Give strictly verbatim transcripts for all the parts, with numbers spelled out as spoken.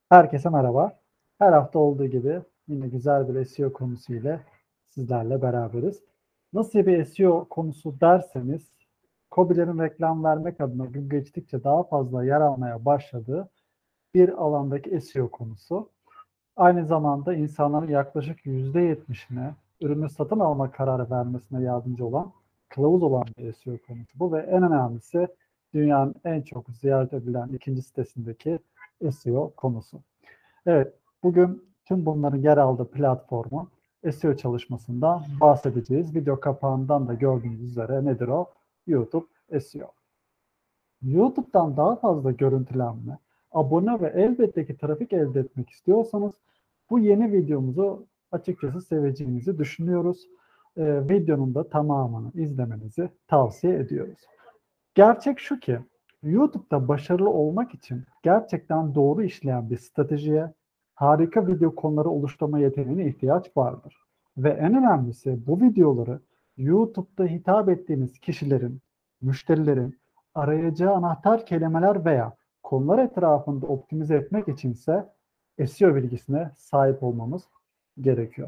Herkese merhaba. Her hafta olduğu gibi yine güzel bir S E O konusu ile sizlerle beraberiz. Nasıl bir S E O konusu derseniz, KOBİ'lerin reklam vermek adına gün geçtikçe daha fazla yer almaya başladığı bir alandaki S E O konusu. Aynı zamanda insanların yaklaşık yüzde yetmişine ürünü satın alma kararı vermesine yardımcı olan, kılavuz olan bir S E O konusu bu ve en önemlisi dünyanın en çok ziyaret edilen ikinci sitesindeki S E O konusu. Evet, bugün tüm bunların yer aldığı platformun S E O çalışmasından bahsedeceğiz. Video kapağından da gördüğünüz üzere nedir o? YouTube S E O. YouTube'dan daha fazla görüntülenme, abone ve elbette ki trafik elde etmek istiyorsanız bu yeni videomuzu açıkçası seveceğinizi düşünüyoruz. Ee, videonun da tamamını izlemenizi tavsiye ediyoruz. Gerçek şu ki YouTube'da başarılı olmak için gerçekten doğru işleyen bir stratejiye, harika video konuları oluşturma yeteneğine ihtiyaç vardır. Ve en önemlisi bu videoları YouTube'da hitap ettiğiniz kişilerin, müşterilerin arayacağı anahtar kelimeler veya konular etrafında optimize etmek içinse S E O bilgisine sahip olmamız gerekiyor.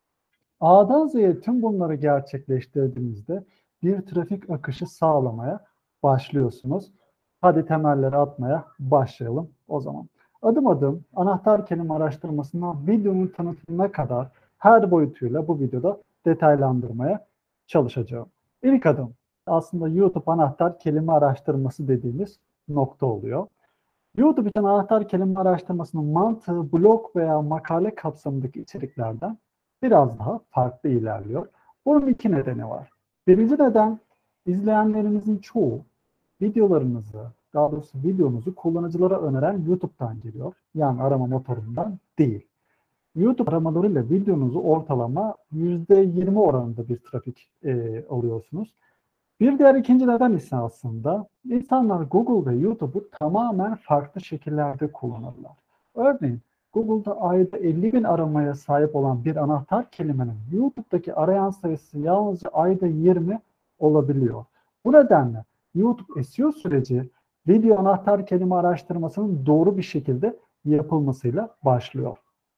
A'dan Z'ye tüm bunları gerçekleştirdiğinizde bir trafik akışı sağlamaya başlıyorsunuz. Hadi temelleri atmaya başlayalım o zaman. Adım adım anahtar kelime araştırmasından videonun tanıtımına kadar her boyutuyla bu videoda detaylandırmaya çalışacağım. İlk adım aslında YouTube anahtar kelime araştırması dediğimiz nokta oluyor. YouTube için anahtar kelime araştırmasının mantığı blog veya makale kapsamındaki içeriklerden biraz daha farklı ilerliyor. Bunun iki nedeni var. Birinci neden, izleyenlerimizin çoğu videolarınızı, daha doğrusu videonuzu kullanıcılara öneren YouTube'dan geliyor. Yani arama motorundan değil. YouTube aramalarıyla videonuzu ortalama yüzde yirmi oranında bir trafik e, alıyorsunuz. Bir diğer ikinci neden ise aslında insanlar Google ve YouTube'u tamamen farklı şekillerde kullanırlar. Örneğin Google'da ayda elli bin aramaya sahip olan bir anahtar kelimenin YouTube'daki arayan sayısı yalnızca ayda yirmi olabiliyor. Bu nedenle YouTube S E O süreci video anahtar kelime araştırmasının doğru bir şekilde yapılmasıyla başlıyor.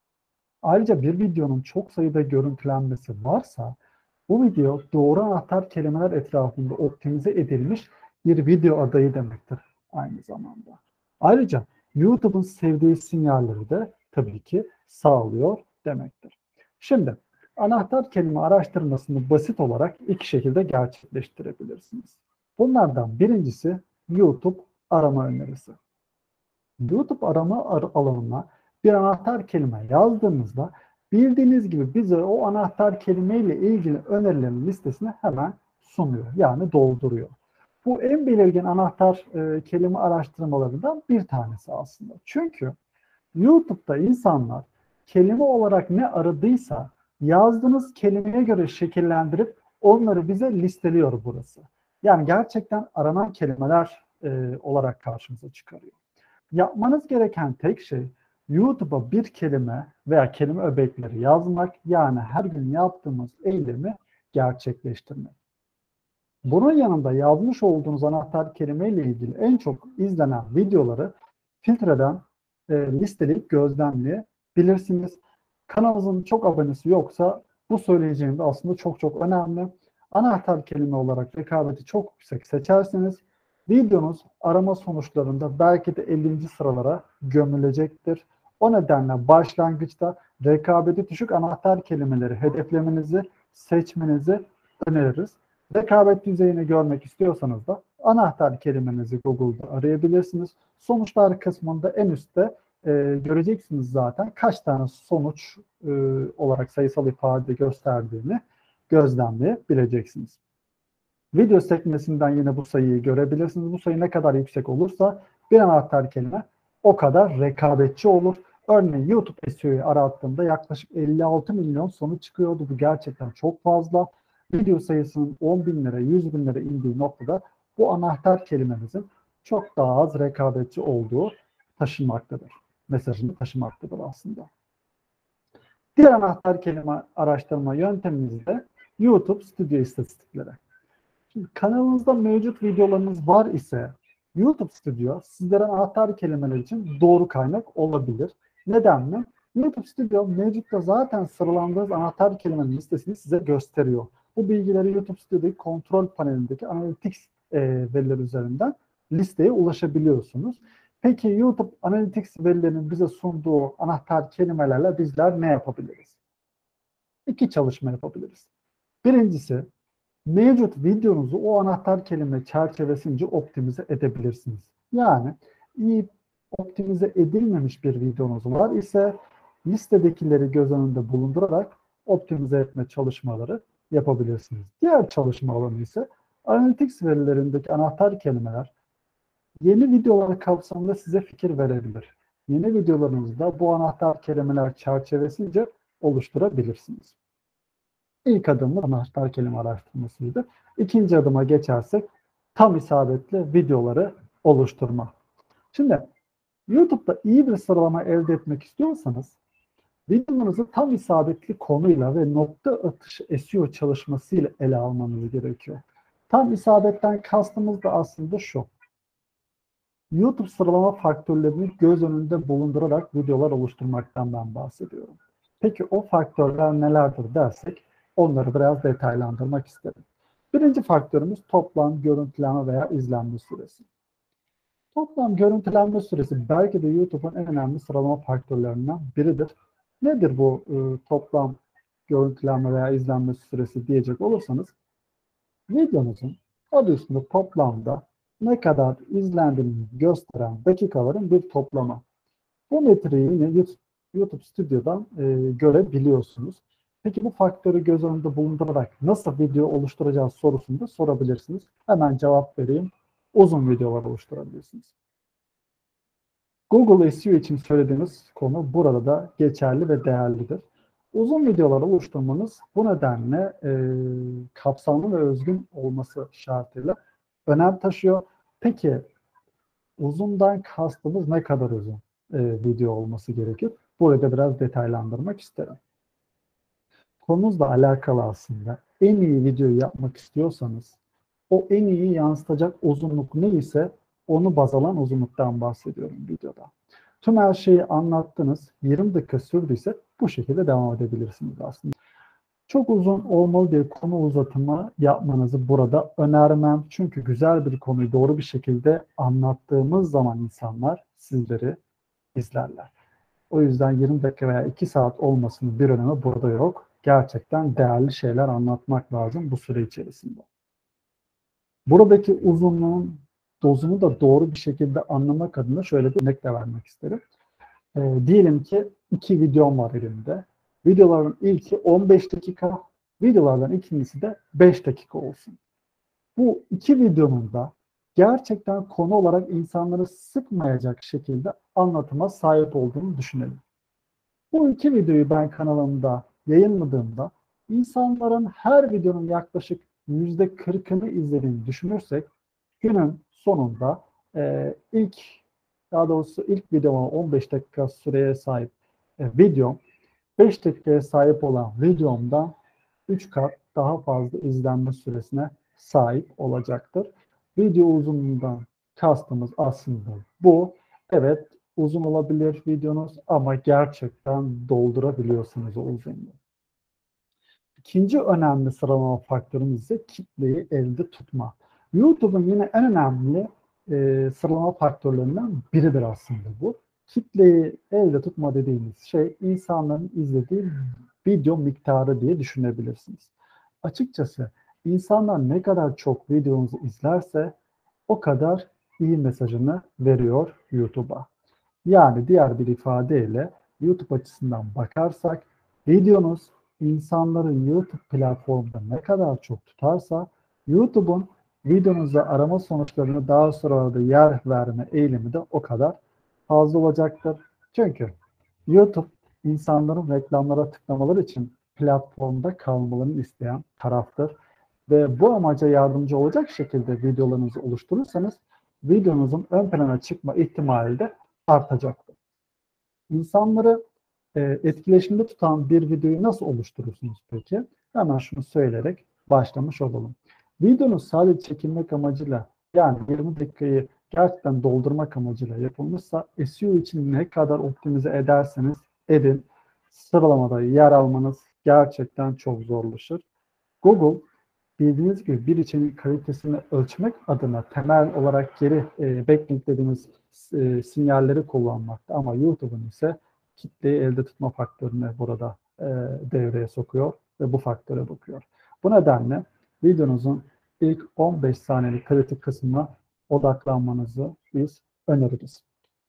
Ayrıca bir videonun çok sayıda görüntülenmesi varsa bu video doğru anahtar kelimeler etrafında optimize edilmiş bir video adayı demektir aynı zamanda. Ayrıca YouTube'un sevdiği sinyalleri de tabii ki sağlıyor demektir. Şimdi anahtar kelime araştırmasını basit olarak iki şekilde gerçekleştirebilirsiniz. Bunlardan birincisi YouTube arama önerisi. YouTube arama alanına bir anahtar kelime yazdığımızda bildiğiniz gibi bize o anahtar kelimeyle ilgili önerilerin listesini hemen sunuyor. Yani dolduruyor. Bu en belirgin anahtar e, kelime araştırmalarından bir tanesi aslında. Çünkü YouTube'da insanlar kelime olarak ne aradıysa yazdığınız kelimeye göre şekillendirip onları bize listeliyor burası. Yani gerçekten aranan kelimeler e, olarak karşımıza çıkarıyor. Yapmanız gereken tek şey YouTube'a bir kelime veya kelime öbekleri yazmak, yani her gün yaptığımız eylemi gerçekleştirmek. Bunun yanında yazmış olduğunuz anahtar kelime ile ilgili en çok izlenen videoları filtreden e, listeleyip gözlemleyebilirsiniz. Kanalınızın çok abonesi yoksa bu söyleyeceğim de aslında çok çok önemli. Anahtar kelime olarak rekabeti çok yüksek seçerseniz videonuz arama sonuçlarında belki de ellinci sıralara gömülecektir. O nedenle başlangıçta rekabeti düşük anahtar kelimeleri hedeflemenizi, seçmenizi öneririz. Rekabet düzeyini görmek istiyorsanız da anahtar kelimenizi Google'da arayabilirsiniz. Sonuçlar kısmında en üstte e, göreceksiniz zaten kaç tane sonuç e, olarak sayısal ifade gösterdiğini gözlemleyebileceksiniz. Video sekmesinden yine bu sayıyı görebilirsiniz. Bu sayı ne kadar yüksek olursa bir anahtar kelime o kadar rekabetçi olur. Örneğin YouTube S E O'yu arattığımda yaklaşık elli altı milyon sonuç çıkıyordu. Bu gerçekten çok fazla. Video sayısının on binlere, yüz binlere indiği noktada bu anahtar kelimemizin çok daha az rekabetçi olduğu taşınmaktadır. Mesajını taşımaktadır aslında. Diğer anahtar kelime araştırma yöntemimiz de YouTube Stüdyo istatistikleri. Şimdi kanalınızda mevcut videolarınız var ise YouTube Studio sizlere anahtar kelimeler için doğru kaynak olabilir. Neden mi? YouTube Studio mevcutta zaten sıralandığınız anahtar kelimenin listesini size gösteriyor. Bu bilgileri YouTube Studio'daki kontrol panelindeki Analytics e, verileri üzerinden listeye ulaşabiliyorsunuz. Peki YouTube Analytics verilerinin bize sunduğu anahtar kelimelerle bizler ne yapabiliriz? İki çalışma yapabiliriz. Birincisi, mevcut videonuzu o anahtar kelime çerçevesince optimize edebilirsiniz. Yani iyi optimize edilmemiş bir videonuz var ise listedekileri göz önünde bulundurarak optimize etme çalışmaları yapabilirsiniz. Diğer çalışma alanı ise Analytics verilerindeki anahtar kelimeler yeni videolar kapsamında size fikir verebilir. Yeni videolarınızda bu anahtar kelimeler çerçevesince oluşturabilirsiniz. İlk adımımız anahtar kelime araştırmasıydı. İkinci adıma geçersek tam isabetli videoları oluşturma. Şimdi YouTube'da iyi bir sıralama elde etmek istiyorsanız videonuzu tam isabetli konuyla ve nokta atışı S E O çalışmasıyla ele almanız gerekiyor. Tam isabetten kastımız da aslında şu. YouTube sıralama faktörlerini göz önünde bulundurarak videolar oluşturmaktan ben bahsediyorum. Peki o faktörler nelerdir dersek onları biraz detaylandırmak isterim. Birinci faktörümüz toplam görüntülenme veya izlenme süresi. Toplam görüntülenme süresi belki de YouTube'un en önemli sıralama faktörlerinden biridir. Nedir bu e, toplam görüntülenme veya izlenme süresi diyecek olursanız, videonuzun adı üstünde toplamda ne kadar izlendiğini gösteren dakikaların bir toplamı. Bu metreyi yine YouTube, YouTube Studio'dan e, görebiliyorsunuz. Peki bu faktörü göz önünde bulundurarak nasıl video oluşturacağız sorusunu da sorabilirsiniz. Hemen cevap vereyim. Uzun videolar oluşturabilirsiniz. Google S E O için söylediğimiz konu burada da geçerli ve değerlidir. Uzun videolar oluşturmanız bu nedenle e, kapsamlı ve özgün olması şartıyla önem taşıyor. Peki uzundan kastımız ne kadar uzun e, video olması gerekir? Burada biraz detaylandırmak isterim. Konumuzla alakalı aslında. En iyi videoyu yapmak istiyorsanız o en iyi yansıtacak uzunluk neyse onu baz alan uzunluktan bahsediyorum videoda. Tüm her şeyi anlattınız. yirmi dakika sürdüyse bu şekilde devam edebilirsiniz aslında. Çok uzun olmalı diye konu uzatımı yapmanızı burada önermem. Çünkü güzel bir konuyu doğru bir şekilde anlattığımız zaman insanlar sizleri izlerler. O yüzden yirmi dakika veya iki saat olmasının bir önemi burada yok. Gerçekten değerli şeyler anlatmak lazım bu süre içerisinde. Buradaki uzunluğun dozunu da doğru bir şekilde anlamak adına şöyle bir örnek de vermek isterim. E, diyelim ki iki videom var elimde. Videoların ilki on beş dakika, videolardan ikincisi de beş dakika olsun. Bu iki videonun da gerçekten konu olarak insanları sıkmayacak şekilde anlatıma sahip olduğunu düşünelim. Bu iki videoyu ben kanalımda yayınladığımda insanların her videonun yaklaşık yüzde kırkını izlediğini düşünürsek günün sonunda e, ilk daha doğrusu ilk videoma on beş dakika süreye sahip e, videom beş dakikaya sahip olan videomdan üç kat daha fazla izlenme süresine sahip olacaktır. Video uzunluğundan kastımız aslında bu. Evet, uzun olabilir videonuz ama gerçekten doldurabiliyorsunuz o uzunluğu. İkinci önemli sıralama faktörümüz ise kitleyi elde tutma. YouTube'un yine en önemli e, sıralama faktörlerinden biridir aslında bu. Kitleyi elde tutma dediğimiz şey insanların izlediği video miktarı diye düşünebilirsiniz. Açıkçası insanlar ne kadar çok videonuzu izlerse o kadar iyi mesajını veriyor YouTube'a. Yani diğer bir ifadeyle YouTube açısından bakarsak videonuz insanların YouTube platformunda ne kadar çok tutarsa YouTube'un videonuza arama sonuçlarını daha sonra da yer verme eğilimi de o kadar fazla olacaktır. Çünkü YouTube insanların reklamlara tıklamaları için platformda kalmalarını isteyen taraftır. Ve bu amaca yardımcı olacak şekilde videolarınızı oluşturursanız videonuzun ön plana çıkma ihtimali de artacaktır. İnsanları e, etkileşimde tutan bir videoyu nasıl oluşturursunuz peki? Hemen şunu söyleyerek başlamış olalım. Videonuz sadece çekilmek amacıyla yani yirmi dakikayı gerçekten doldurmak amacıyla yapılmışsa S E O için ne kadar optimize ederseniz edin, sıralamada yer almanız gerçekten çok zorlaşır. Google bildiğiniz gibi bir içeriğin kalitesini ölçmek adına temel olarak geri e, backlink dediğimiz e, sinyalleri kullanmakta ama YouTube'un ise kitleyi elde tutma faktörünü burada e, devreye sokuyor ve bu faktöre bakıyor. Bu nedenle videonuzun ilk on beş saniyelik kritik kısmına odaklanmanızı biz öneririz.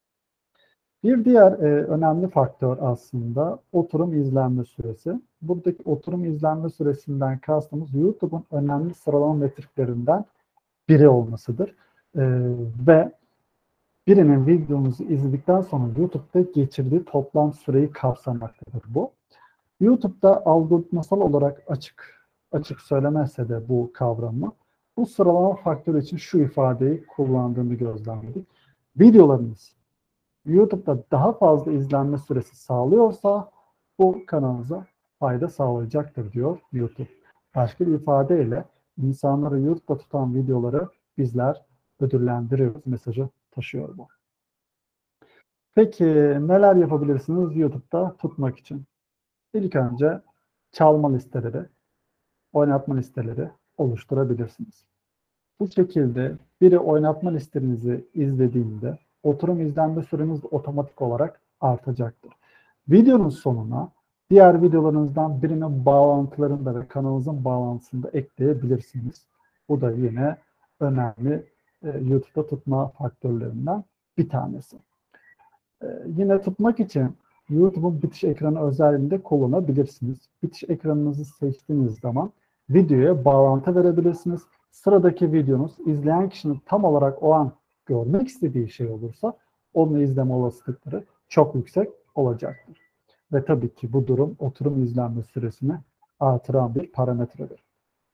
Bir diğer e, önemli faktör aslında oturum izlenme süresi. Buradaki oturum izlenme süresinden kastımız YouTube'un önemli sıralama metriklerinden biri olmasıdır. E, ve birinin videomuzu izledikten sonra YouTube'da geçirdiği toplam süreyi kapsamaktadır bu. YouTube'da algoritmasal olarak açık açık söylemezse de bu kavramı, bu sıralama faktörü için şu ifadeyi kullandığını gözlemledik. Videolarınız YouTube'da daha fazla izlenme süresi sağlıyorsa bu kanalınıza fayda sağlayacaktır diyor YouTube. Başka bir ifadeyle insanları YouTube'da tutan videoları bizler ödüllendiriyoruz mesajı taşıyor bu. Peki neler yapabilirsiniz YouTube'da tutmak için? İlk önce çalma listeleri, oynatma listeleri oluşturabilirsiniz. Bu şekilde biri oynatma listenizi izlediğinde oturum izlenme süreniz otomatik olarak artacaktır. Videonun sonuna diğer videolarınızdan birinin bağlantılarını da ve kanalınızın bağlantısını da ekleyebilirsiniz. Bu da yine önemli e, YouTube'da tutma faktörlerinden bir tanesi. E, yine tutmak için YouTube'un bitiş ekranı özelliğini de kullanabilirsiniz. Bitiş ekranınızı seçtiğiniz zaman videoya bağlantı verebilirsiniz. Sıradaki videonuz izleyen kişinin tam olarak o an görmek istediği şey olursa onu izleme olasılıkları çok yüksek olacaktır. Ve tabii ki bu durum oturum izlenme süresini artıran bir parametredir.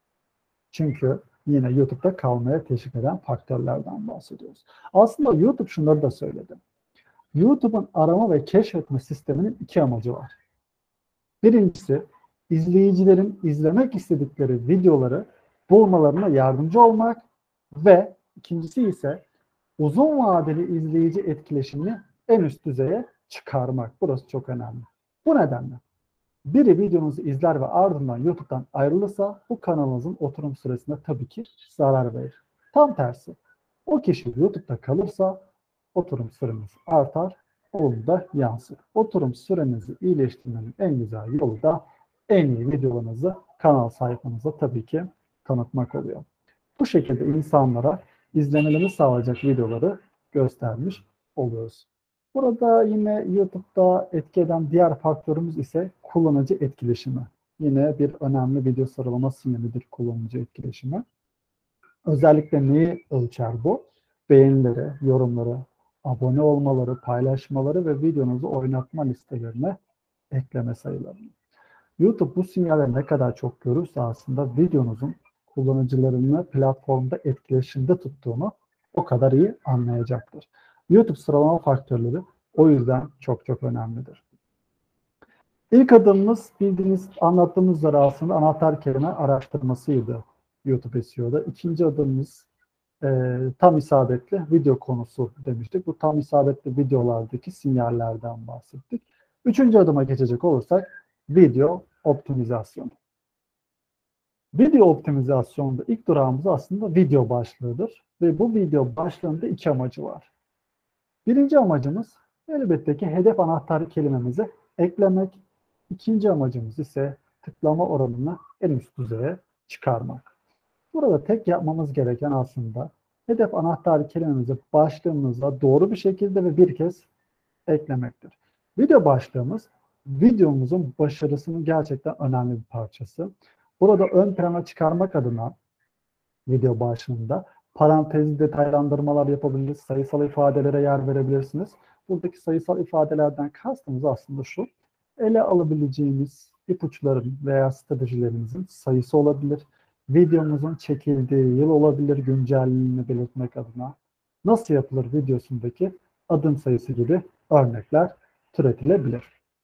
Çünkü yine YouTube'da kalmaya teşvik eden faktörlerden bahsediyoruz. Aslında YouTube şunları da söyledi. YouTube'un arama ve keşfetme sisteminin iki amacı var. Birincisi, izleyicilerin izlemek istedikleri videoları bulmalarına yardımcı olmak ve ikincisi ise uzun vadeli izleyici etkileşimini en üst düzeye çıkarmak. Burası çok önemli. Bu nedenle biri videonuzu izler ve ardından YouTube'dan ayrılırsa bu kanalınızın oturum süresine tabii ki zarar verir. Tam tersi. O kişi YouTube'da kalırsa oturum süreniz artar, olumlu da yansır. Oturum sürenizi iyileştirmenin en güzel yolu da en iyi videolarınızı kanal sayfanıza tabii ki tanıtmak oluyor. Bu şekilde insanlara izlemelerini sağlayacak videoları göstermiş oluyoruz. Burada yine YouTube'da etki eden diğer faktörümüz ise kullanıcı etkileşimi. Yine bir önemli video sıralama sinyalidir kullanıcı etkileşimi. Özellikle neyi ölçer bu? Beğenileri, yorumları, abone olmaları, paylaşmaları ve videonuzu oynatma listelerine ekleme sayılarını. YouTube bu sinyalleri ne kadar çok görürse aslında videonuzun kullanıcılarını platformda etkileşimde tuttuğunu o kadar iyi anlayacaktır. YouTube sıralama faktörleri o yüzden çok çok önemlidir. İlk adımımız bildiğiniz anlattığımız üzere aslında anahtar kelime araştırmasıydı YouTube S E O'da. İkinci adımımız e, tam isabetli video konusu demiştik. Bu tam isabetli videolardaki sinyallerden bahsettik. Üçüncü adıma geçecek olursak video optimizasyonu. Video optimizasyonda ilk durağımız aslında video başlığıdır. Ve bu video başlığında iki amacı var. Birinci amacımız elbette ki hedef anahtar kelimemizi eklemek. İkinci amacımız ise tıklama oranını en üst düzeye çıkarmak. Burada tek yapmamız gereken aslında hedef anahtar kelimemizi başlığımıza doğru bir şekilde ve bir kez eklemektir. Video başlığımız videomuzun başarısının gerçekten önemli bir parçası. Burada ön plana çıkarmak adına video başlığında parantezli detaylandırmalar yapabilirsiniz, sayısal ifadelere yer verebilirsiniz. Buradaki sayısal ifadelerden kastımız aslında şu, ele alabileceğimiz ipuçların veya stratejilerinizin sayısı olabilir, videomuzun çekildiği yıl olabilir, güncelliğini belirtmek adına nasıl yapılır videosundaki adım sayısı gibi örnekler türetilebilir.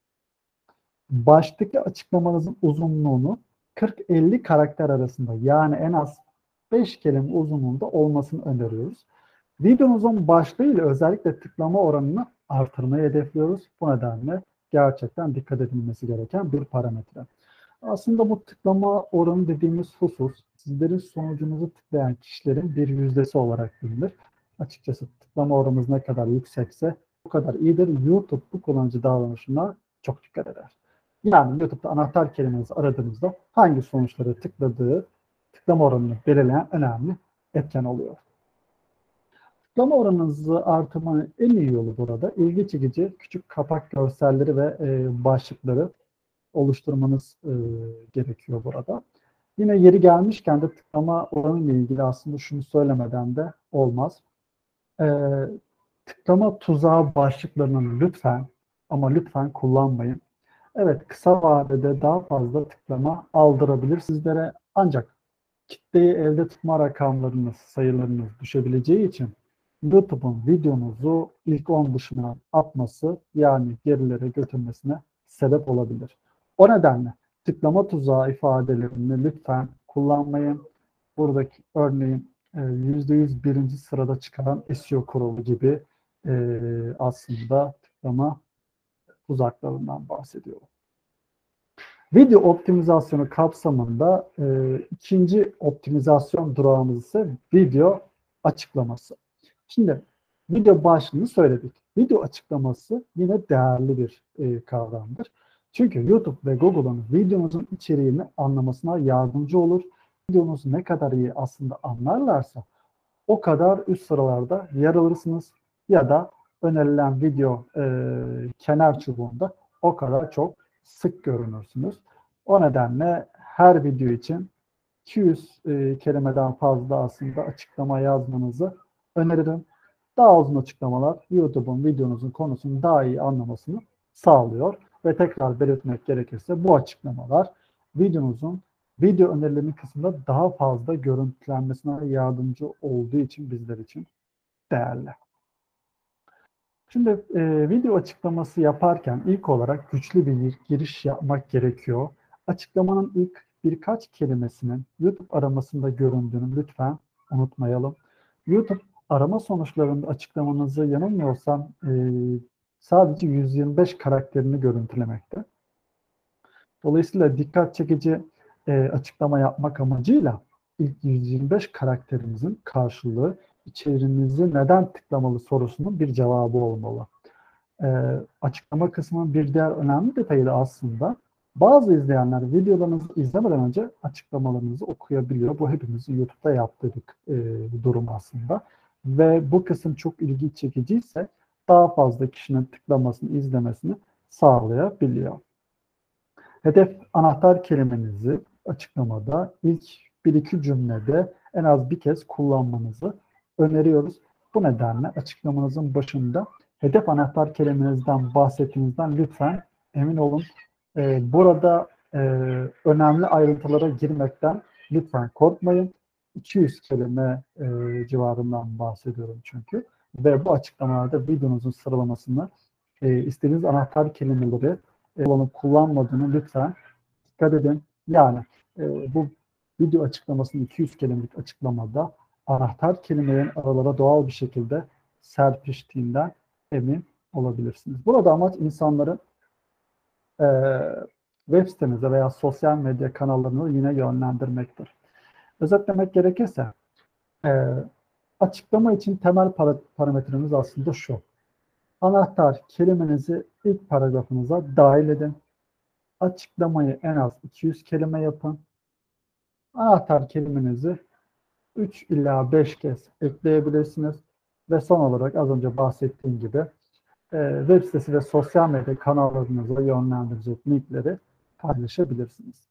Baştaki açıklamanızın uzunluğunu kırk elli karakter arasında yani en az beş kelime uzunluğunda olmasını öneriyoruz. Videomuzun başlığıyla özellikle tıklama oranını artırmayı hedefliyoruz. Bu nedenle gerçekten dikkat edilmesi gereken bir parametre. Aslında bu tıklama oranı dediğimiz husus, sizlerin sonucunuzu tıklayan kişilerin bir yüzdesi olarak bilinir. Açıkçası tıklama oranımız ne kadar yüksekse o kadar iyidir. YouTube bu kullanıcı davranışına çok dikkat eder. Yani YouTube'da anahtar kelimenizi aradığınızda hangi sonuçları tıkladığı tıklama oranını belirleyen önemli etken oluyor. Tıklama oranınızı artırmanın en iyi yolu burada ilgi çekici küçük kapak görselleri ve e, başlıkları oluşturmanız e, gerekiyor burada. Yine yeri gelmişken de tıklama oranı ile ilgili aslında şunu söylemeden de olmaz. E, tıklama tuzağı başlıklarının lütfen ama lütfen kullanmayın. Evet, kısa vadede daha fazla tıklama aldırabilir sizlere, ancak kitleyi elde tutma rakamlarınız, sayılarınız düşebileceği için YouTube'un videonuzu ilk on dışına atması, yani gerilere götürmesine sebep olabilir. O nedenle tıklama tuzağı ifadelerini lütfen kullanmayın. Buradaki örneğin yüzde yüz birinci sırada çıkaran S E O kurulu gibi e, aslında tıklama tuzaklarından bahsediyorum. Video optimizasyonu kapsamında e, ikinci optimizasyon durağımız ise video açıklaması. Şimdi video başlığını söyledik. Video açıklaması yine değerli bir e, kavramdır. Çünkü YouTube ve Google'ın videonuzun içeriğini anlamasına yardımcı olur. Videonuzu ne kadar iyi aslında anlarlarsa o kadar üst sıralarda yer alırsınız ya da önerilen video e, kenar çubuğunda o kadar çok sık görünürsünüz. O nedenle her video için iki yüz e, kelimeden fazla aslında açıklama yazmanızı öneririm. Daha uzun açıklamalar YouTube'un videonuzun konusunu daha iyi anlamasını sağlıyor. Ve tekrar belirtmek gerekirse bu açıklamalar videonuzun video önerilerinin kısmında daha fazla görüntülenmesine yardımcı olduğu için bizler için değerli. Şimdi e, video açıklaması yaparken ilk olarak güçlü bir giriş yapmak gerekiyor. Açıklamanın ilk birkaç kelimesinin YouTube aramasında göründüğünü lütfen unutmayalım. YouTube arama sonuçlarında açıklamanızı yanılmıyorsam e, sadece yüz yirmi beş karakterini görüntülemekte. Dolayısıyla dikkat çekici e, açıklama yapmak amacıyla ilk yüz yirmi beş karakterimizin karşılığı içeriğinizi neden tıklamalı sorusunun bir cevabı olmalı. E, açıklama kısmının bir diğer önemli detayı da aslında bazı izleyenler videolarınızı izlemeden önce açıklamalarınızı okuyabiliyor. Bu hepimizin YouTube'da yaptığı bir e, durum aslında. Ve bu kısım çok ilgi çekiciyse daha fazla kişinin tıklamasını, izlemesini sağlayabiliyor. Hedef anahtar kelimenizi açıklamada ilk bir iki cümlede en az bir kez kullanmanızı öneriyoruz. Bu nedenle açıklamanızın başında hedef anahtar kelimenizden bahsettiğinizden lütfen emin olun. Ee, burada e, önemli ayrıntılara girmekten lütfen korkmayın. iki yüz kelime e, civarından bahsediyorum çünkü. Ve bu açıklamalarda videonuzun sıralamasını e, istediğiniz anahtar kelimeleri kullanıp kullanmadığını lütfen dikkat edin. Yani e, bu video açıklamasının iki yüz kelimelik açıklamada anahtar kelimelerin aralara doğal bir şekilde serpiştiğinden emin olabilirsiniz. Burada amaç insanların e, web sitenize veya sosyal medya kanallarını yine yönlendirmektir. Özetlemek gerekirse e, açıklama için temel parametremiz aslında şu. Anahtar kelimenizi ilk paragrafınıza dahil edin. Açıklamayı en az iki yüz kelime yapın. Anahtar kelimenizi üç ila beş kez ekleyebilirsiniz. Ve son olarak az önce bahsettiğim gibi e, web sitesi ve sosyal medya kanallarınıza yönlendirecek linkleri paylaşabilirsiniz.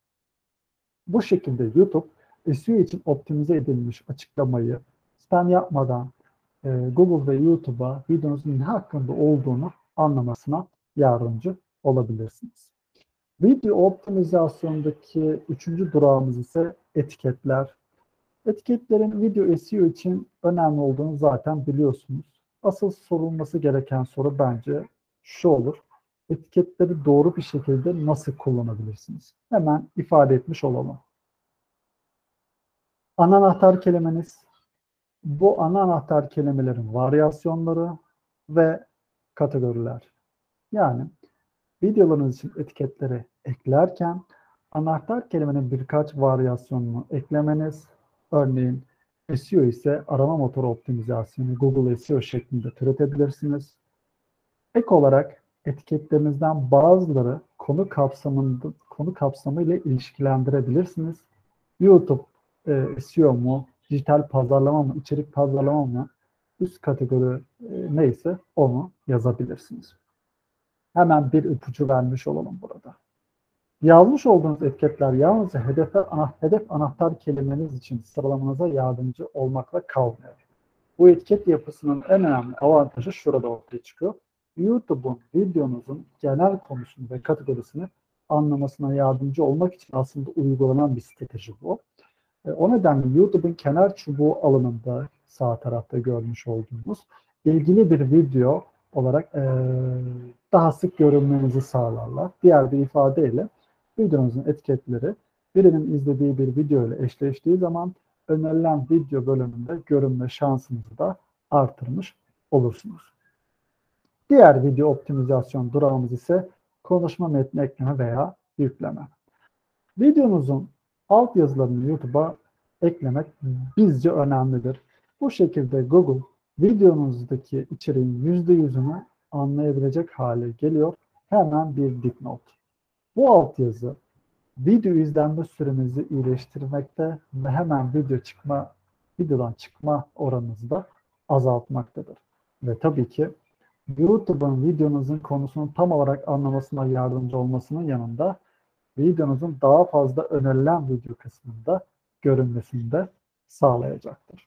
Bu şekilde YouTube S E O için optimize edilmiş açıklamayı spam yapmadan e, Google ve YouTube'a videonuzun ne hakkında olduğunu anlamasına yardımcı olabilirsiniz. Video optimizasyondaki üçüncü durağımız ise etiketler. Etiketlerin video S E O için önemli olduğunu zaten biliyorsunuz. Asıl sorulması gereken soru bence şu olur. Etiketleri doğru bir şekilde nasıl kullanabilirsiniz? Hemen ifade etmiş olalım. Ana anahtar kelimeniz, Bu ana anahtar kelimelerin varyasyonları ve kategoriler. Yani videolarınız için etiketleri eklerken anahtar kelimenin birkaç varyasyonunu eklemeniz, örneğin S E O ise arama motoru optimizasyonu, Google S E O şeklinde türetebilirsiniz. Ek olarak etiketlerinizden bazıları konu kapsamında konu kapsamı ile ilişkilendirebilirsiniz. YouTube e, S E O mu, dijital pazarlama mı, içerik pazarlama mı, üst kategori e, neyse onu yazabilirsiniz. Hemen bir ipucu vermiş olalım burada. Yazmış olduğunuz etiketler yalnızca hedef, hedef anahtar kelimeniz için sıralamanıza yardımcı olmakla kalmıyor. Bu etiket yapısının en önemli avantajı şurada ortaya çıkıyor. YouTube'un videonuzun genel konusunu ve kategorisini anlamasına yardımcı olmak için aslında uygulanan bir strateji bu. E, o nedenle YouTube'un kenar çubuğu alanında sağ tarafta görmüş olduğunuz ilgili bir video olarak e, daha sık görünmenizi sağlarlar. Diğer bir ifadeyle videonuzun etiketleri birinin izlediği bir video ile eşleştiği zaman önerilen video bölümünde görünme şansınızı da artırmış olursunuz. Diğer video optimizasyon durağımız ise konuşma metni ekleme veya yükleme. Videonuzun altyazılarını YouTube'a eklemek bizce önemlidir. Bu şekilde Google videonuzdaki içeriğin yüzde yüzünü anlayabilecek hale geliyor. Hemen bir dipnot. Bu altyazı video izlenme sürenizi iyileştirmekte ve hemen video çıkma, videodan çıkma oranınızı da azaltmaktadır. Ve tabii ki YouTube'un videonuzun konusunu tam olarak anlamasına yardımcı olmasının yanında videonuzun daha fazla önerilen video kısmında görünmesini de sağlayacaktır.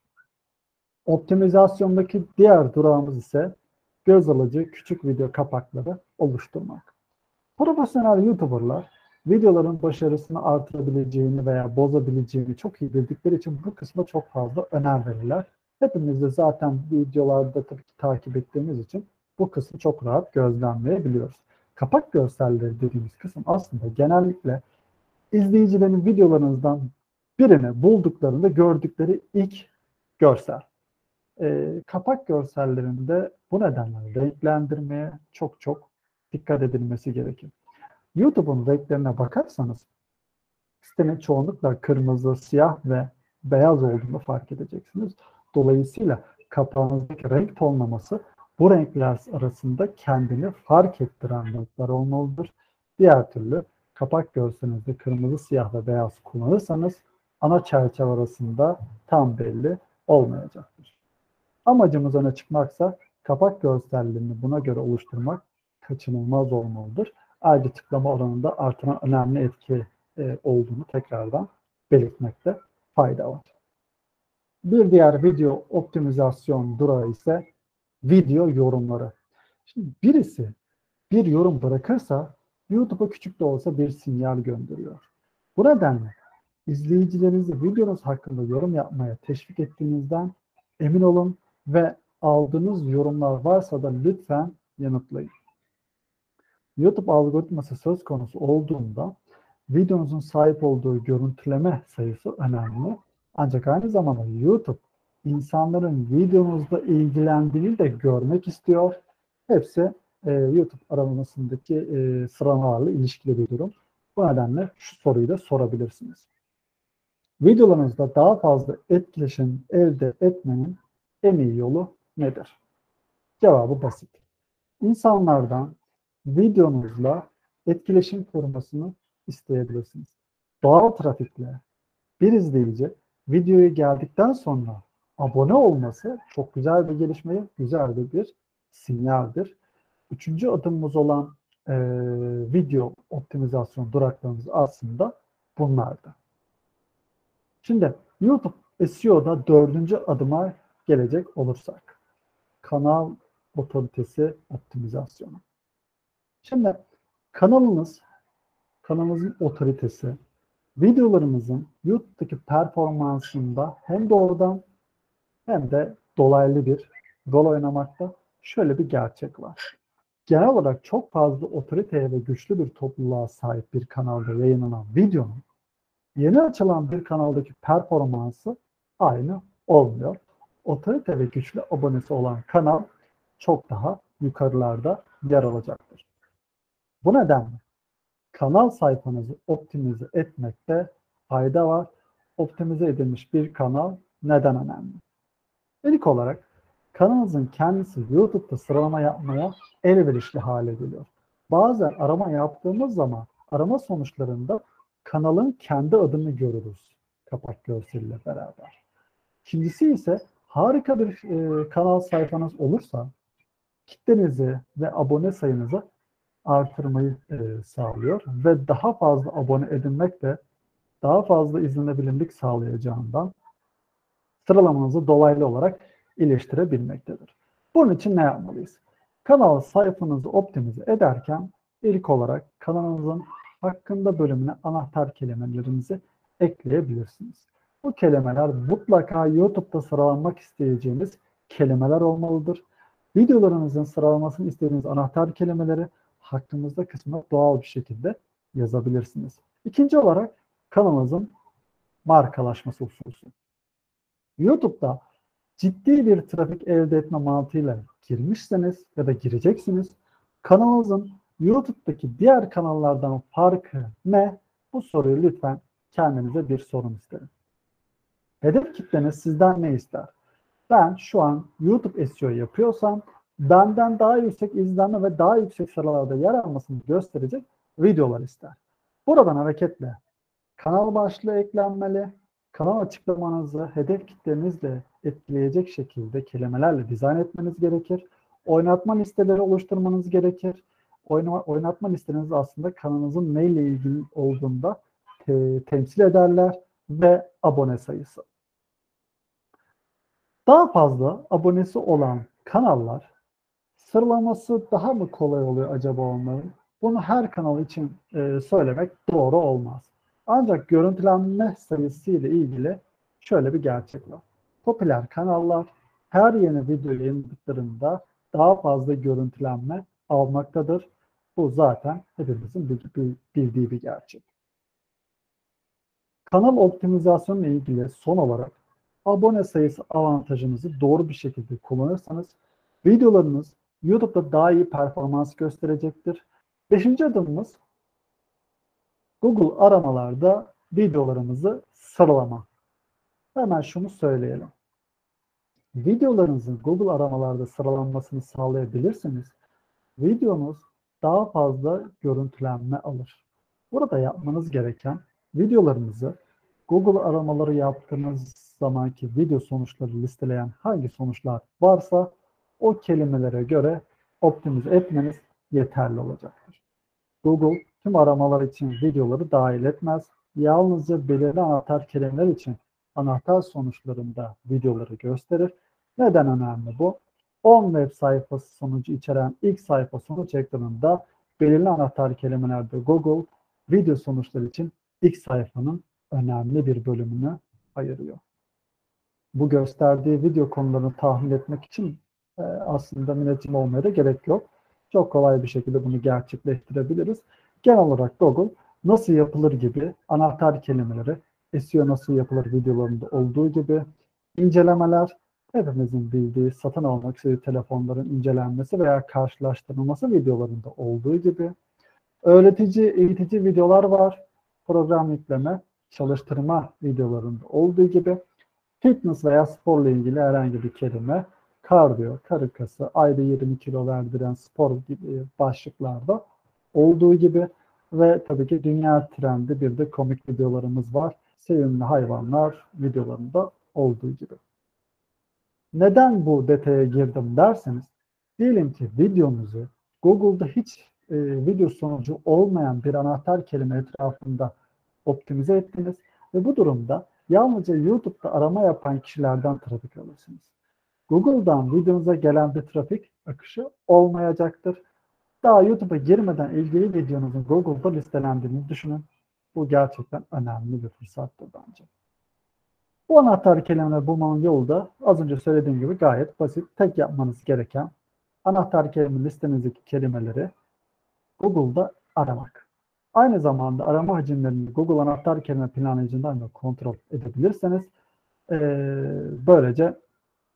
Optimizasyondaki diğer durağımız ise göz alıcı küçük video kapakları oluşturmak. Profesyonel YouTuber'lar videoların başarısını artırabileceğini veya bozabileceğini çok iyi bildikleri için bu kısma çok fazla önem verirler. Hepimiz de zaten videolarda tabii ki takip ettiğimiz için bu kısmı çok rahat gözlemleyebiliyoruz. Kapak görselleri dediğimiz kısım aslında genellikle izleyicilerin videolarınızdan birini bulduklarında gördükleri ilk görsel. E, kapak görsellerinde bu nedenle renklendirmeye çok çok dikkat edilmesi gerekir. YouTube'un renklerine bakarsanız sitenin çoğunlukla kırmızı, siyah ve beyaz olduğunu fark edeceksiniz. Dolayısıyla kapağınızdaki renk tonlaması bu renkler arasında kendini fark ettiren renkler olmalıdır. Diğer türlü kapak görselinizde kırmızı, siyah ve beyaz kullanırsanız ana çerçeve arasında tam belli olmayacaktır. Amacımız öne çıkmaksa kapak görsellerini buna göre oluşturmak kaçınılmaz olmalıdır. Ayrıca tıklama oranında artıran önemli etki e, olduğunu tekrardan belirtmekte fayda var. Bir diğer video optimizasyon durağı ise video yorumları. Şimdi birisi bir yorum bırakırsa YouTube'a küçük de olsa bir sinyal gönderiyor. Bu nedenle izleyicilerinizi videonuz hakkında yorum yapmaya teşvik ettiğinizden emin olun ve aldığınız yorumlar varsa da lütfen yanıtlayın. YouTube algoritması söz konusu olduğunda videonuzun sahip olduğu görüntüleme sayısı önemli. Ancak aynı zamanda YouTube insanların videonuzla ilgilendiğini de görmek istiyor. Hepsi e, YouTube aramasındaki e, sıralamalarla ilişkili bir durum. Bu nedenle şu soruyu da sorabilirsiniz. Videolarınızda daha fazla etkileşim elde etmenin en iyi yolu nedir? Cevabı basit. İnsanlardan videonuzla etkileşim kurmasını isteyebilirsiniz. Doğal trafikle bir izleyici videoya geldikten sonra abone olması çok güzel bir gelişme, güzel bir sinyaldir. Üçüncü adımımız olan e, video optimizasyon duraklarımız aslında bunlardı. Şimdi YouTube S E O'da dördüncü adıma gelecek olursak, kanal otoritesi optimizasyonu. Şimdi kanalınız, kanalınızın otoritesi, videolarımızın YouTube'daki performansında hem doğrudan hem de dolaylı bir rol oynamakta. Şöyle bir gerçek var. Genel olarak çok fazla otoriteye ve güçlü bir topluluğa sahip bir kanalda yayınlanan videonun yeni açılan bir kanaldaki performansı aynı olmuyor. otorite ve güçlü abonesi olan kanal çok daha yukarılarda yer alacaktır. Bu nedenle kanal sayfanızı optimize etmekte fayda var. Optimize edilmiş bir kanal neden önemli? İlk olarak kanalınızın kendisi YouTube'da sıralama yapmaya elverişli hale geliyor. Bazen arama yaptığımız zaman arama sonuçlarında kanalın kendi adını görürüz kapak görseliyle beraber. İkincisi ise harika bir e, kanal sayfanız olursa kitlenizi ve abone sayınızı artırmayı e, sağlıyor ve daha fazla abone edinmek de daha fazla izlenebilirlik sağlayacağından sıralamanızı dolaylı olarak iyileştirebilmektedir. Bunun için ne yapmalıyız? Kanal sayfanızı optimize ederken ilk olarak kanalınızın hakkında bölümüne anahtar kelimelerinizi ekleyebilirsiniz. Bu kelimeler mutlaka YouTube'da sıralanmak isteyeceğiniz kelimeler olmalıdır. Videolarınızın sıralamasını istediğiniz anahtar kelimeleri hakkınızda kısmına doğal bir şekilde yazabilirsiniz. İkinci olarak kanalınızın markalaşması hususu. YouTube'da ciddi bir trafik elde etme mantığıyla girmişseniz ya da gireceksiniz, kanalınızın YouTube'daki diğer kanallardan farkı ne? Bu soruyu lütfen kendinize bir sorun isterim. Hedef kitleniz sizden ne ister? Ben şu an YouTube S E O yapıyorsam benden daha yüksek izlenme ve daha yüksek sıralarda yer almasını gösterecek videolar ister. Buradan hareketle kanal başlığı eklenmeli, kanal açıklamanızı hedef kitlenizle etkileyecek şekilde kelimelerle dizayn etmeniz gerekir. Oynatma listeleri oluşturmanız gerekir. Oyna, oynatma listeleriniz aslında kanalınızın neyle ilgili olduğunda te, temsil ederler ve abone sayısı. Daha fazla abonesi olan kanallar sıralaması daha mı kolay oluyor acaba onların? Bunu her kanal için e, söylemek doğru olmaz. Ancak görüntülenme sayısı ile ilgili şöyle bir gerçek var. Popüler kanallar her yeni video yayınladıklarında daha fazla görüntülenme almaktadır. Bu zaten hepimizin bildiği bir gerçek. Kanal optimizasyonu ile ilgili son olarak abone sayısı avantajınızı doğru bir şekilde kullanırsanız videolarınız YouTube'da daha iyi performans gösterecektir. Beşinci adımımız Google aramalarda videolarımızı sıralama. Hemen şunu söyleyelim. Videolarınızın Google aramalarda sıralanmasını sağlayabilirsiniz. Videonuz daha fazla görüntülenme alır. Burada yapmanız gereken videolarınızı Google aramaları yaptığınız zamanki video sonuçları listeleyen hangi sonuçlar varsa o kelimelere göre optimize etmeniz yeterli olacaktır. Google tüm aramalar için videoları dahil etmez. Yalnızca belirli anahtar kelimeler için anahtar sonuçlarında videoları gösterir. Neden önemli bu? on web sayfası sonucu içeren ilk sayfa sonuç ekranında belirli anahtar kelimelerde Google video sonuçları için ilk sayfanın önemli bir bölümünü ayırıyor. Bu gösterdiği video konularını tahmin etmek için e, aslında müneccim olmaya da gerek yok. Çok kolay bir şekilde bunu gerçekleştirebiliriz. Genel olarak Google nasıl yapılır gibi anahtar kelimeleri S E O nasıl yapılır videolarında olduğu gibi incelemeler, hepimizin bildiği satın almak istediği telefonların incelenmesi veya karşılaştırılması videolarında olduğu gibi öğretici, eğitici videolar var. Program yükleme, çalıştırma videolarında olduğu gibi fitness veya sporla ilgili herhangi bir kelime, kardiyo, karı kası, ayda yirmi kilo verdiren spor gibi başlıklarda olduğu gibi ve tabii ki dünya trendi bir de komik videolarımız var. Sevimli hayvanlar videolarında olduğu gibi. Neden bu detaya girdim derseniz, diyelim ki videonuzu Google'da hiç e, video sonucu olmayan bir anahtar kelime etrafında optimize ettiniz ve bu durumda yalnızca YouTube'da arama yapan kişilerden trafik alırsınız. Google'dan videonuza gelen bir trafik akışı olmayacaktır. Daha YouTube'a girmeden ilgili videonuzun Google'da listelendiğini düşünün. Bu gerçekten önemli bir fırsattır bence. Bu anahtar kelimeleri bulmanın yolu da az önce söylediğim gibi gayet basit. Tek yapmanız gereken anahtar kelime listenizdeki kelimeleri Google'da aramak. Aynı zamanda arama hacimlerini Google anahtar kelime planlayıcından da kontrol edebilirseniz ee, böylece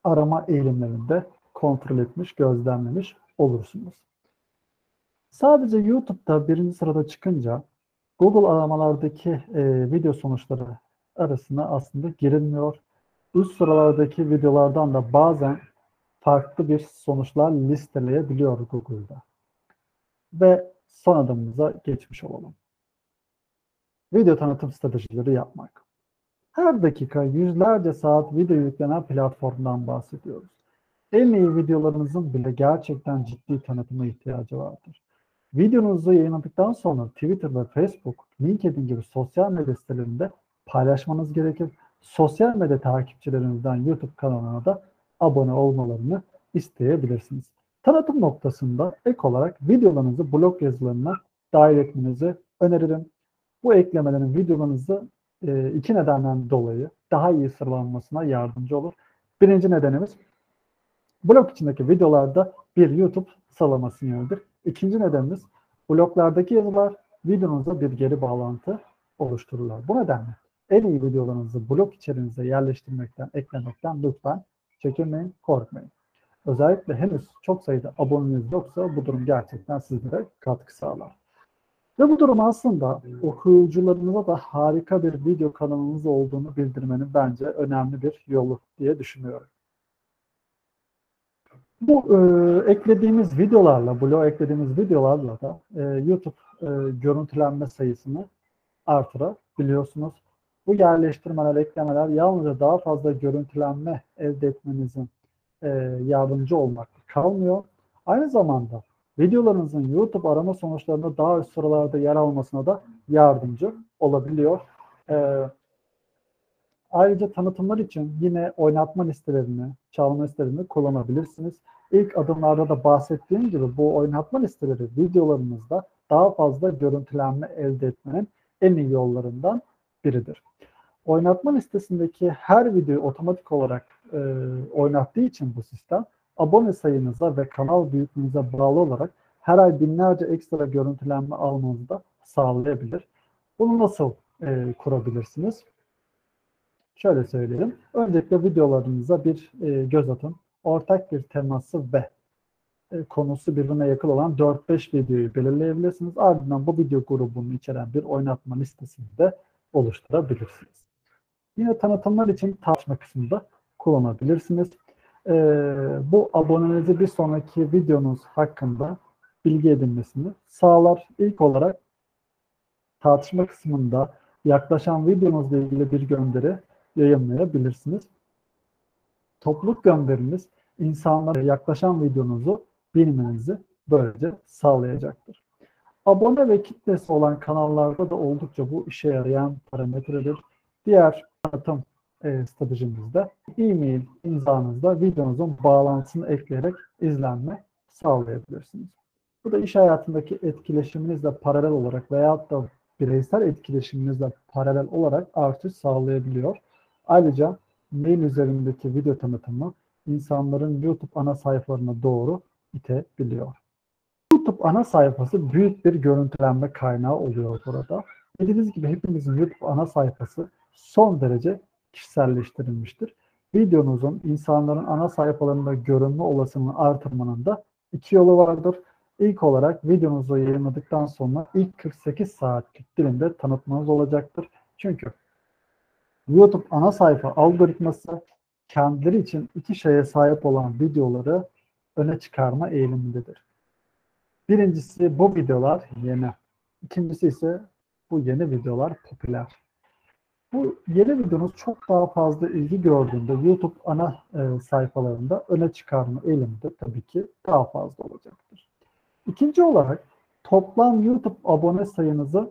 arama eğilimlerinde kontrol etmiş, gözlemlemiş olursunuz. Sadece YouTube'da birinci sırada çıkınca Google aramalardaki e, video sonuçları arasına aslında girilmiyor. Üst sıralardaki videolardan da bazen farklı bir sonuçlar listeleyebiliyor Google'da. Ve son adımımıza geçmiş olalım. Video tanıtım stratejileri yapmak. Her dakika yüzlerce saat video yüklenen platformdan bahsediyoruz. En iyi videolarınızın bile gerçekten ciddi tanıtıma ihtiyacı vardır. Videonuzu yayınladıktan sonra Twitter ve Facebook, LinkedIn gibi sosyal medya sitelerinde paylaşmanız gerekir. Sosyal medya takipçilerinizden YouTube kanalına da abone olmalarını isteyebilirsiniz. Tanıtım noktasında ek olarak videolarınızı blog yazılarına dahil etmenizi öneririm. Bu eklemelerin videolarınızı e, iki nedenden dolayı daha iyi sıralanmasına yardımcı olur. Birinci nedenimiz, blog içindeki videolarda bir YouTube sıralama sinyalidir. İkinci nedenimiz, bloglardaki yazılar videonuza bir geri bağlantı oluştururlar. Bu nedenle en iyi videolarınızı blog içeriğinize yerleştirmekten, eklemekten lütfen çekinmeyin, korkmayın. Özellikle henüz çok sayıda aboneniz yoksa bu durum gerçekten sizlere katkı sağlar. Ve bu durum aslında okuyucularınıza da harika bir video kanalınız olduğunu bildirmenin bence önemli bir yolu diye düşünüyorum. Bu e, eklediğimiz videolarla, bloğa eklediğimiz videolarla da e, YouTube e, görüntülenme sayısını artırabiliyorsunuz. Bu yerleştirmeler, eklemeler yalnızca daha fazla görüntülenme elde etmenizin e, yardımcı olmakla kalmıyor. Aynı zamanda videolarınızın YouTube arama sonuçlarında daha üst sıralarda yer almasına da yardımcı olabiliyor. E, ayrıca tanıtımlar için yine oynatma listelerini, çalma listelerini kullanabilirsiniz. İlk adımlarda da bahsettiğim gibi bu oynatma listeleri videolarınızda daha fazla görüntülenme elde etmenin en iyi yollarından biridir. Oynatma listesindeki her videoyu otomatik olarak e, oynattığı için bu sistem, abone sayınıza ve kanal büyüklüğünüze bağlı olarak her ay binlerce ekstra görüntülenme almanızı da sağlayabilir. Bunu nasıl e, kurabilirsiniz? Şöyle söyleyelim. Öncelikle videolarınıza bir e, göz atın. Ortak bir teması ve e, konusu birbirine yakın olan dört beş videoyu belirleyebilirsiniz. Ardından bu video grubunu içeren bir oynatma listesini de oluşturabilirsiniz. Yine tanıtımlar için tartışma kısmında kullanabilirsiniz. E, bu abonenizi bir sonraki videonuz hakkında bilgi edinmesini sağlar. İlk olarak tartışma kısmında yaklaşan videonuzla ilgili bir gönderi yayınlayabilirsiniz. Topluluk gönderiniz insanlara yaklaşan videonuzu bilmenizi böylece sağlayacaktır. Abone ve kitlesi olan kanallarda da oldukça bu işe yarayan parametredir. Diğer tanıtım e, stratejimizde e-mail imzanızda videonuzun bağlantısını ekleyerek izlenme sağlayabilirsiniz. Bu da iş hayatındaki etkileşiminizle paralel olarak veyahut da bireysel etkileşiminizle paralel olarak artış sağlayabiliyor. Ayrıca mail üzerindeki video tanıtımı insanların YouTube ana sayfalarına doğru itebiliyor. YouTube ana sayfası büyük bir görüntülenme kaynağı oluyor burada. Dediğiniz gibi hepimizin YouTube ana sayfası son derece kişiselleştirilmiştir. Videonuzun insanların ana sayfalarında görünme olasılığını artırmanın da iki yolu vardır. İlk olarak videonuzu yayınladıktan sonra ilk kırk sekiz saatlik dilimde tanıtmanız olacaktır. Çünkü YouTube ana sayfa algoritması kendileri için iki şeye sahip olan videoları öne çıkarma eğilimindedir. Birincisi, bu videolar yeni. İkincisi ise bu yeni videolar popüler. Bu yeni videonuz çok daha fazla ilgi gördüğünde YouTube ana e, sayfalarında öne çıkarma eğilimi de tabii ki daha fazla olacaktır. İkinci olarak toplam YouTube abone sayınızı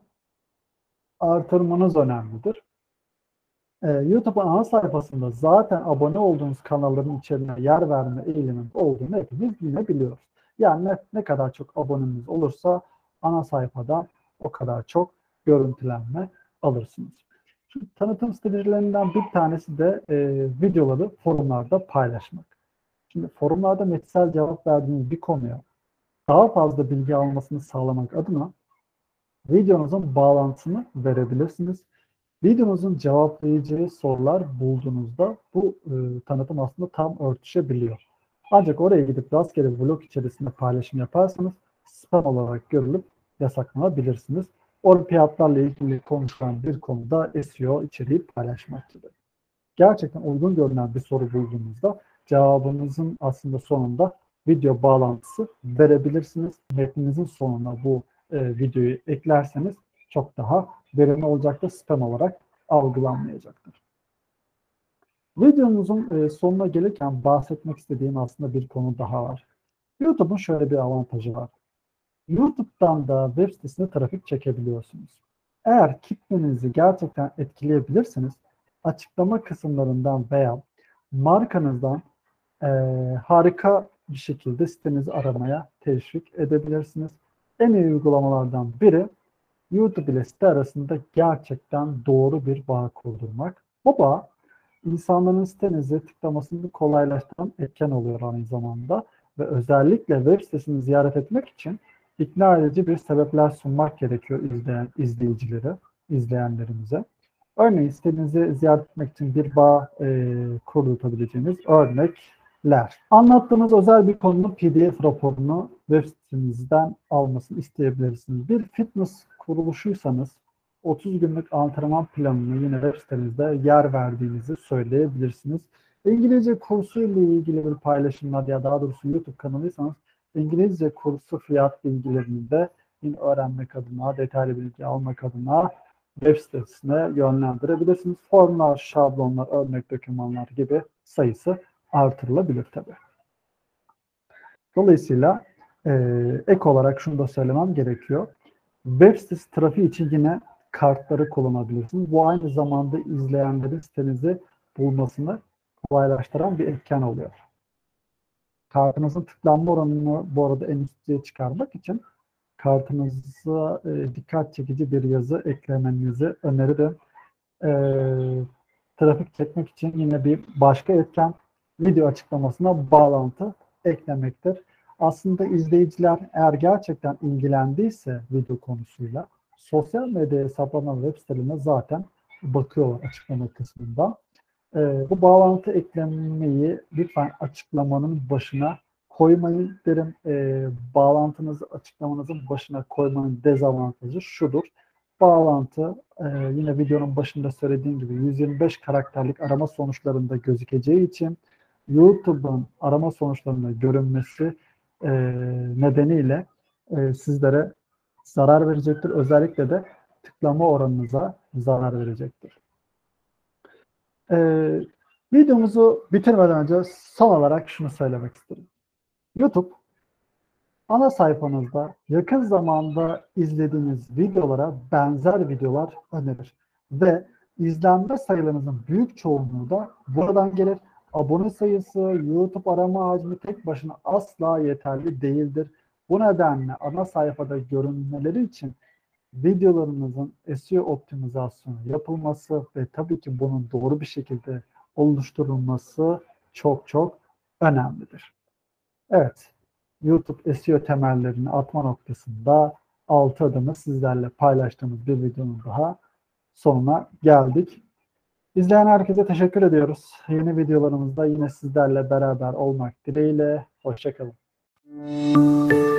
artırmanız önemlidir. Ee, YouTube ana sayfasında zaten abone olduğunuz kanalların içeriğine yer verme eğiliminin olduğunu hepimiz yine biliyoruz. Yani ne, ne kadar çok aboneniz olursa ana sayfada o kadar çok görüntülenme alırsınız. Şu tanıtım stratejilerinden bir tanesi de e, videoları forumlarda paylaşmak. Şimdi forumlarda metsel cevap verdiğiniz bir konuya daha fazla bilgi almasını sağlamak adına videonuzun bağlantısını verebilirsiniz. Videonuzun cevaplayacağı sorular bulduğunuzda bu e, tanıtım aslında tam örtüşebiliyor. Ancak oraya gidip rastgele bir blog içerisinde paylaşım yaparsanız spam olarak görülüp yasaklanabilirsiniz. Olimpiyatlarla ilgili konuşulan bir konuda S E O içeriği paylaşmak gibi. Gerçekten uygun görünen bir soru bulduğunuzda cevabınızın aslında sonunda video bağlantısı verebilirsiniz. Metninizin sonuna bu e, videoyu eklerseniz çok daha verimli olacaktır. Spam olarak algılanmayacaktır. Videomuzun e, sonuna gelirken bahsetmek istediğim aslında bir konu daha var. YouTube'un şöyle bir avantajı var. YouTube'dan da web sitesine trafik çekebiliyorsunuz. Eğer kitlenizi gerçekten etkileyebilirseniz açıklama kısımlarından veya markanızdan e, harika bir şekilde sitenizi aramaya teşvik edebilirsiniz. En iyi uygulamalardan biri YouTube ile site arasında gerçekten doğru bir bağ kurdurmak. Bu bağ insanların sitenize tıklamasını kolaylaştıran etken oluyor aynı zamanda ve özellikle web sitesini ziyaret etmek için ikna edici bir sebepler sunmak gerekiyor izleyen izleyicilere, izleyenlerimize. Örneğin sitenizi ziyaret etmek için bir bağ e, kurdurtabileceğiniz örnekler. Anlattığımız özel bir konunun P D F raporunu web sitemizden almasını isteyebilirsiniz. Bir fitness kuruluşuysanız otuz günlük antrenman planını yine web sitenizde yer verdiğinizi söyleyebilirsiniz. İngilizce kursu ile ilgili bir paylaşımlar ya daha doğrusu YouTube kanalıysanız İngilizce kursu fiyat bilgilerini de yine öğrenmek adına, detaylı bilgi almak adına web sitesine yönlendirebilirsiniz. Formlar, şablonlar, örnek dokümanlar gibi sayısı artırılabilir tabii. Dolayısıyla e, ek olarak şunu da söylemem gerekiyor. Web sitesi trafiği için yine kartları kullanabilirsiniz. Bu aynı zamanda izleyenlerin sitenizi bulmasını kolaylaştıran bir etken oluyor. Kartınızın tıklanma oranını bu arada en üstüne çıkarmak için kartınıza e, dikkat çekici bir yazı eklemenizi öneririm. E, trafik çekmek için yine bir başka etken video açıklamasına bağlantı eklemektir. Aslında izleyiciler eğer gerçekten ilgilendiyse video konusuyla sosyal medya hesaplarına, web sitelerine zaten bakıyorlar açıklama kısmında. Ee, bu bağlantı eklemeyi lütfen açıklamanın başına koymayın derim. Ee, bağlantınızı açıklamanızın başına koymanın dezavantajı şudur. Bağlantı e, yine videonun başında söylediğim gibi yüz yirmi beş karakterlik arama sonuçlarında gözükeceği için YouTube'un arama sonuçlarında görünmesi e, nedeniyle e, sizlere zarar verecektir. Özellikle de tıklama oranınıza zarar verecektir. Ee, videomuzu bitirmeden önce son olarak şunu söylemek isterim. YouTube ana sayfanızda yakın zamanda izlediğiniz videolara benzer videolar önerir. Ve izlenme sayılarınızın büyük çoğunluğu da buradan gelir. Abone sayısı, YouTube arama hacmi tek başına asla yeterli değildir. Bu nedenle ana sayfada görünmeleri için videolarınızın S E O optimizasyonu yapılması ve tabii ki bunun doğru bir şekilde oluşturulması çok çok önemlidir. Evet, YouTube S E O temellerini atma noktasında altı adımı sizlerle paylaştığımız bir videonun daha sonuna geldik. İzleyen herkese teşekkür ediyoruz. Yeni videolarımızda yine sizlerle beraber olmak dileğiyle. Hoşça kalın.